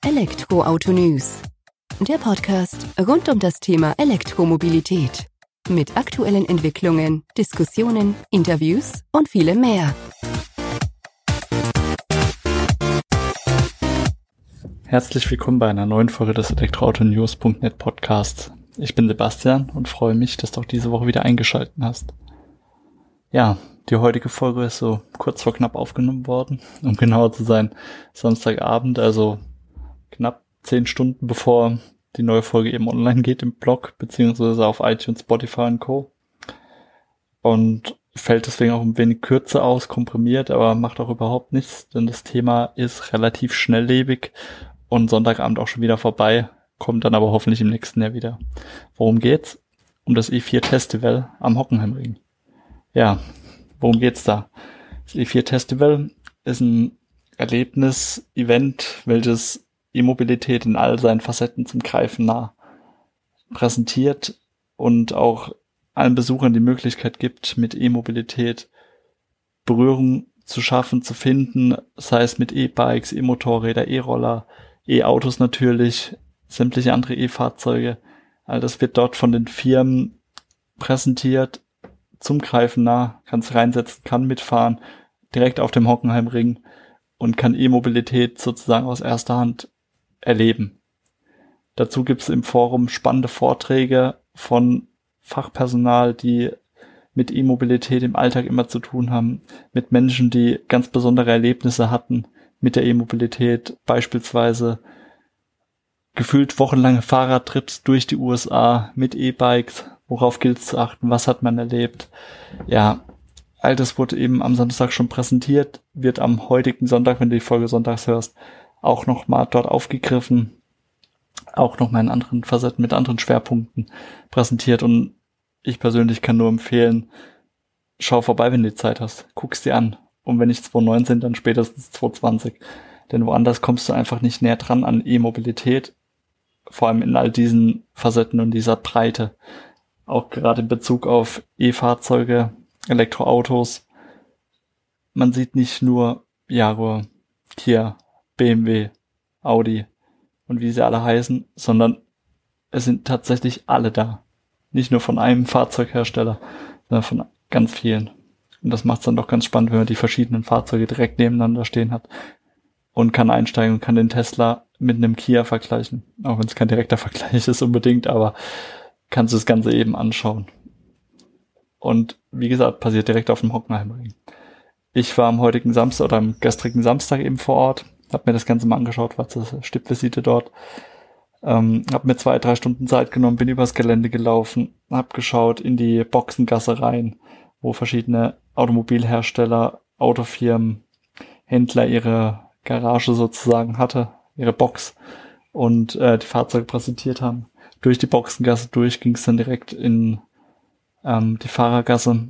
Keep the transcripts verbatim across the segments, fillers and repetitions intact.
Elektroauto News, der Podcast rund um das Thema Elektromobilität. Mit aktuellen Entwicklungen, Diskussionen, Interviews und vielem mehr. Herzlich willkommen bei einer neuen Folge des Elektroauto-News Punkt net Podcasts. Ich bin Sebastian und freue mich, dass du auch diese Woche wieder eingeschaltet hast. Ja, die heutige Folge ist so kurz vor knapp aufgenommen worden, um genauer zu sein, Samstagabend, also knapp zehn Stunden bevor die neue Folge eben online geht im Blog, beziehungsweise auf iTunes, Spotify und Co. Und fällt deswegen auch ein wenig kürzer aus, komprimiert, aber macht auch überhaupt nichts, denn das Thema ist relativ schnelllebig und Sonntagabend auch schon wieder vorbei, kommt dann aber hoffentlich im nächsten Jahr wieder. Worum geht's? Um das E vier Festival am Hockenheimring. Ja, worum geht's da? Das E vier Festival ist ein Erlebnis, Event, welches E-Mobilität in all seinen Facetten zum Greifen nah präsentiert und auch allen Besuchern die Möglichkeit gibt, mit E-Mobilität Berührung zu schaffen, zu finden, sei es mit E-Bikes, E-Motorräder, E-Roller, E-Autos natürlich, sämtliche andere E-Fahrzeuge. All das wird dort von den Firmen präsentiert, zum Greifen nah, kann es reinsetzen, kann mitfahren, direkt auf dem Hockenheimring und kann E-Mobilität sozusagen aus erster Hand erleben. Dazu gibt es im Forum spannende Vorträge von Fachpersonal, die mit E-Mobilität im Alltag immer zu tun haben, mit Menschen, die ganz besondere Erlebnisse hatten mit der E-Mobilität, beispielsweise gefühlt wochenlange Fahrradtrips durch die U S A mit E-Bikes, worauf gilt es zu achten, was hat man erlebt. Ja, all das wurde eben am Samstag schon präsentiert, wird am heutigen Sonntag, wenn du die Folge sonntags hörst, auch nochmal dort aufgegriffen, auch nochmal in anderen Facetten mit anderen Schwerpunkten präsentiert und ich persönlich kann nur empfehlen, schau vorbei, wenn du die Zeit hast, guck's dir an und wenn nicht zwanzig neunzehn, dann spätestens zwanzig zwanzig, denn woanders kommst du einfach nicht näher dran an E-Mobilität, vor allem in all diesen Facetten und dieser Breite, auch gerade in Bezug auf E-Fahrzeuge, Elektroautos. Man sieht nicht nur Jaguar, Kia, B M W, Audi und wie sie alle heißen, sondern es sind tatsächlich alle da. Nicht nur von einem Fahrzeughersteller, sondern von ganz vielen. Und das macht es dann doch ganz spannend, wenn man die verschiedenen Fahrzeuge direkt nebeneinander stehen hat und kann einsteigen und kann den Tesla mit einem Kia vergleichen. Auch wenn es kein direkter Vergleich ist unbedingt, aber kannst du das Ganze eben anschauen. Und wie gesagt, passiert direkt auf dem Hockenheimring. Ich war am heutigen Samstag oder am gestrigen Samstag eben vor Ort, habe mir das Ganze mal angeschaut, war zur Stippvisite dort, ähm, habe mir zwei, drei Stunden Zeit genommen, bin übers Gelände gelaufen, habe geschaut in die Boxengasse rein, wo verschiedene Automobilhersteller, Autofirmen, Händler ihre Garage sozusagen hatte, ihre Box und äh, die Fahrzeuge präsentiert haben. Durch die Boxengasse durch ging es dann direkt in ähm, die Fahrergasse,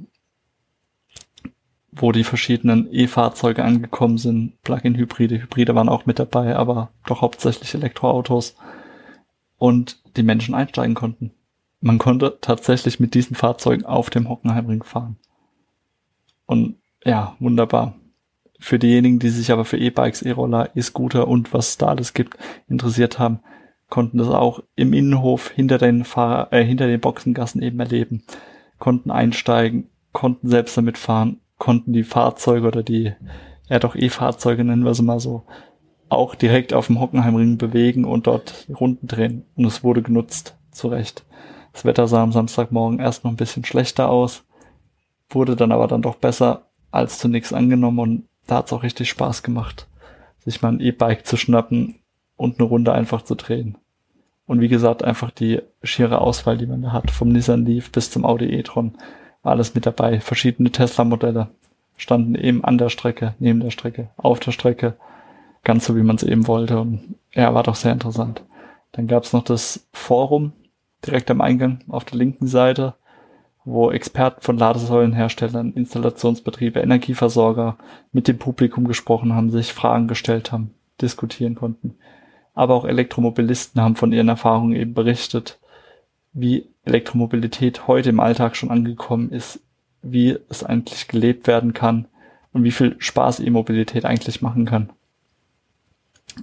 wo die verschiedenen E-Fahrzeuge angekommen sind, Plug-in-Hybride, Hybride waren auch mit dabei, aber doch hauptsächlich Elektroautos und die Menschen einsteigen konnten. Man konnte tatsächlich mit diesen Fahrzeugen auf dem Hockenheimring fahren. Und ja, wunderbar. Für diejenigen, die sich aber für E-Bikes, E-Roller, E-Scooter und was es da alles gibt, interessiert haben, konnten das auch im Innenhof hinter den Fahrer, äh, hinter den Boxengassen eben erleben, konnten einsteigen, konnten selbst damit fahren, konnten die Fahrzeuge oder die, ja doch E-Fahrzeuge nennen wir sie mal so, auch direkt auf dem Hockenheimring bewegen und dort Runden drehen. Und es wurde genutzt, zu Recht. Das Wetter sah am Samstagmorgen erst noch ein bisschen schlechter aus, wurde dann aber dann doch besser als zunächst angenommen und da hat es auch richtig Spaß gemacht, sich mal ein E-Bike zu schnappen und eine Runde einfach zu drehen. Und wie gesagt, einfach die schiere Auswahl, die man da hat, vom Nissan Leaf bis zum Audi e-tron, alles mit dabei. Verschiedene Tesla-Modelle standen eben an der Strecke, neben der Strecke, auf der Strecke, ganz so wie man es eben wollte. Und ja, war doch sehr interessant. Dann gab es noch das Forum direkt am Eingang auf der linken Seite, wo Experten von Ladesäulenherstellern, Installationsbetriebe, Energieversorger mit dem Publikum gesprochen haben, sich Fragen gestellt haben, diskutieren konnten. Aber auch Elektromobilisten haben von ihren Erfahrungen eben berichtet, wie Elektromobilität heute im Alltag schon angekommen ist, wie es eigentlich gelebt werden kann und wie viel Spaß E-Mobilität eigentlich machen kann.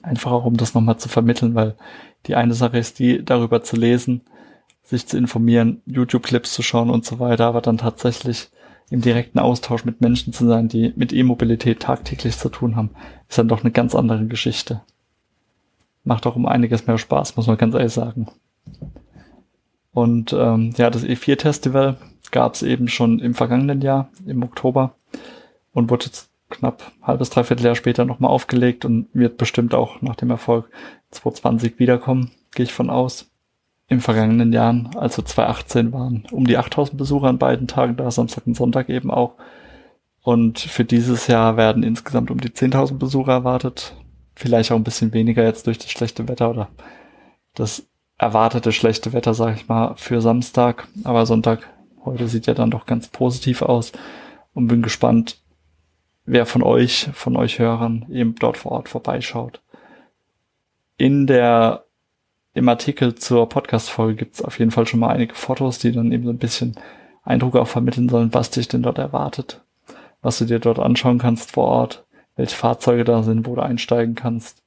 Einfach auch, um das nochmal zu vermitteln, weil die eine Sache ist, die darüber zu lesen, sich zu informieren, YouTube-Clips zu schauen und so weiter, aber dann tatsächlich im direkten Austausch mit Menschen zu sein, die mit E-Mobilität tagtäglich zu tun haben, ist dann doch eine ganz andere Geschichte. Macht auch um einiges mehr Spaß, muss man ganz ehrlich sagen. Und ähm, ja, das E vier Festival gab es eben schon im vergangenen Jahr, im Oktober, und wurde jetzt knapp ein halbes, dreiviertel Jahr später nochmal aufgelegt und wird bestimmt auch nach dem Erfolg zwanzig zwanzig wiederkommen, gehe ich von aus. Im vergangenen Jahren, also zwanzig achtzehn, waren um die achttausend Besucher an beiden Tagen da, Samstag und Sonntag eben auch. Und für dieses Jahr werden insgesamt um die zehntausend Besucher erwartet. Vielleicht auch ein bisschen weniger jetzt durch das schlechte Wetter oder das erwartete schlechte Wetter, sag ich mal, für Samstag. Aber Sonntag heute sieht ja dann doch ganz positiv aus und bin gespannt, wer von euch, von euch Hörern eben dort vor Ort vorbeischaut. In der Im Artikel zur Podcast-Folge gibt es auf jeden Fall schon mal einige Fotos, die dann eben so ein bisschen Eindruck auch vermitteln sollen, was dich denn dort erwartet, was du dir dort anschauen kannst vor Ort, welche Fahrzeuge da sind, wo du einsteigen kannst.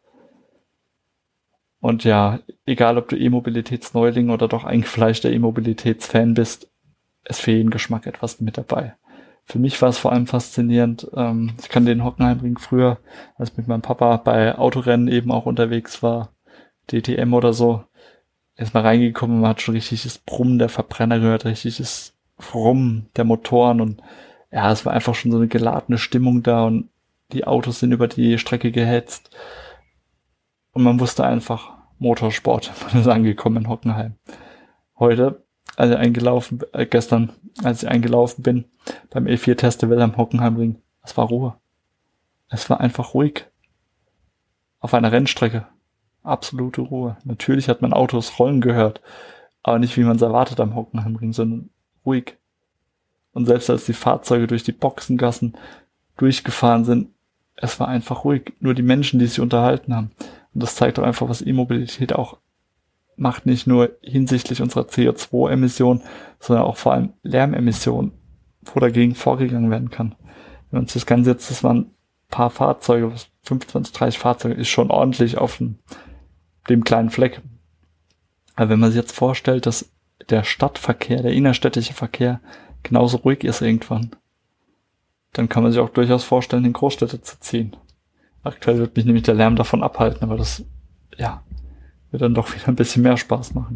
Und ja, egal ob du E-Mobilitätsneuling oder doch eingefleischter E-Mobilitätsfan bist, ist für jeden Geschmack etwas mit dabei. Für mich war es vor allem faszinierend. Ähm, ich kann den Hockenheimring früher, als ich mit meinem Papa bei Autorennen eben auch unterwegs war, D T M oder so, ist mal reingekommen und man hat schon richtig das Brummen der Verbrenner gehört, richtig das Brummen der Motoren und ja, es war einfach schon so eine geladene Stimmung da und die Autos sind über die Strecke gehetzt und man wusste einfach, Motorsport, man ist angekommen in Hockenheim. Heute, als ich eingelaufen, äh, gestern, als ich eingelaufen bin beim E vier Festival am Hockenheimring, es war Ruhe. Es war einfach ruhig. Auf einer Rennstrecke. Absolute Ruhe. Natürlich hat man Autos rollen gehört, aber nicht wie man es erwartet am Hockenheimring, sondern ruhig. Und selbst als die Fahrzeuge durch die Boxengassen durchgefahren sind, es war einfach ruhig. Nur die Menschen, die sich unterhalten haben. Und das zeigt doch einfach, was E-Mobilität auch macht, nicht nur hinsichtlich unserer C O zwei Emissionen, sondern auch vor allem Lärmemissionen, wo dagegen vorgegangen werden kann. Wenn man uns das Ganze jetzt, das waren ein paar Fahrzeuge, fünfundzwanzig, dreißig Fahrzeuge, ist schon ordentlich auf dem, dem kleinen Fleck. Aber wenn man sich jetzt vorstellt, dass der Stadtverkehr, der innerstädtische Verkehr genauso ruhig ist irgendwann, dann kann man sich auch durchaus vorstellen, in Großstädte zu ziehen. Aktuell wird mich nämlich der Lärm davon abhalten, aber das, ja, wird dann doch wieder ein bisschen mehr Spaß machen.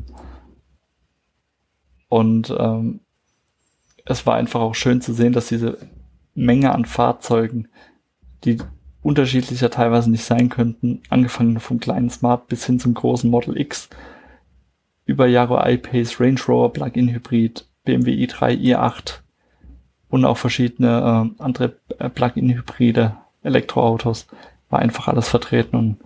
Und ähm, es war einfach auch schön zu sehen, dass diese Menge an Fahrzeugen, die unterschiedlicher teilweise nicht sein könnten, angefangen vom kleinen Smart bis hin zum großen Model X, über Jaguar I-Pace, Range Rover Plug-in Hybrid, B M W i drei, i acht und auch verschiedene äh, andere äh, Plug-in Hybride, Elektroautos, war einfach alles vertreten. Und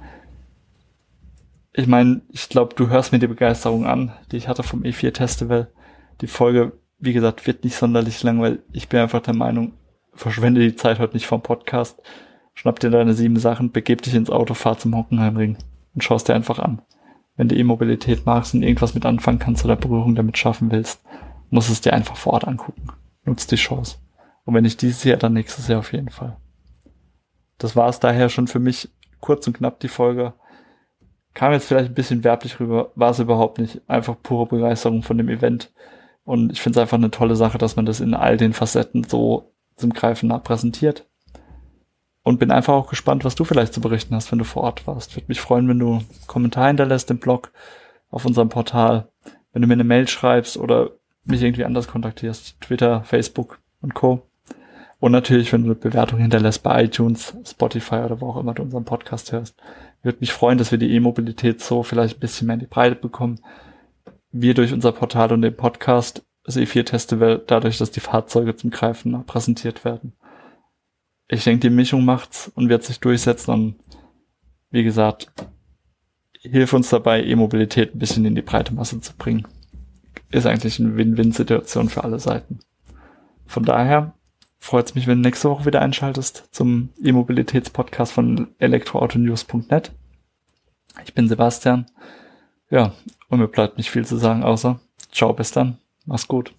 ich meine, ich glaube, du hörst mir die Begeisterung an, die ich hatte vom E vier Festival. Die Folge, wie gesagt, wird nicht sonderlich lang, weil ich bin einfach der Meinung, verschwende die Zeit heute nicht vom Podcast. Schnapp dir deine sieben Sachen, begeb dich ins Auto, fahr zum Hockenheimring und schaust dir einfach an. Wenn du E-Mobilität magst und irgendwas mit anfangen kannst oder Berührung damit schaffen willst, musst es dir einfach vor Ort angucken. Nutzt die Chance. Und wenn nicht dieses Jahr, dann nächstes Jahr auf jeden Fall. Das war es daher schon für mich, kurz und knapp die Folge. Kam jetzt vielleicht ein bisschen werblich rüber, war es überhaupt nicht. Einfach pure Begeisterung von dem Event. Und ich finde es einfach eine tolle Sache, dass man das in all den Facetten so zum Greifen nah präsentiert. Und bin einfach auch gespannt, was du vielleicht zu berichten hast, wenn du vor Ort warst. Würde mich freuen, wenn du einen Kommentar hinterlässt im Blog, auf unserem Portal, wenn du mir eine Mail schreibst oder mich irgendwie anders kontaktierst, Twitter, Facebook und Co. Und natürlich, wenn du eine Bewertung hinterlässt bei iTunes, Spotify oder wo auch immer du unseren Podcast hörst. Würde mich freuen, dass wir die E-Mobilität so vielleicht ein bisschen mehr in die Breite bekommen. Wir durch unser Portal und den Podcast, das E vier Festival, dadurch, dass die Fahrzeuge zum Greifen präsentiert werden. Ich denke, die Mischung macht's und wird sich durchsetzen und wie gesagt, hilf uns dabei, E-Mobilität ein bisschen in die breite Masse zu bringen. Ist eigentlich eine Win-Win-Situation für alle Seiten. Von daher freut es mich, wenn du nächste Woche wieder einschaltest zum E-Mobilitäts-Podcast von elektroautonews punkt net. Ich bin Sebastian. Ja, und mir bleibt nicht viel zu sagen, außer ciao, bis dann. Mach's gut.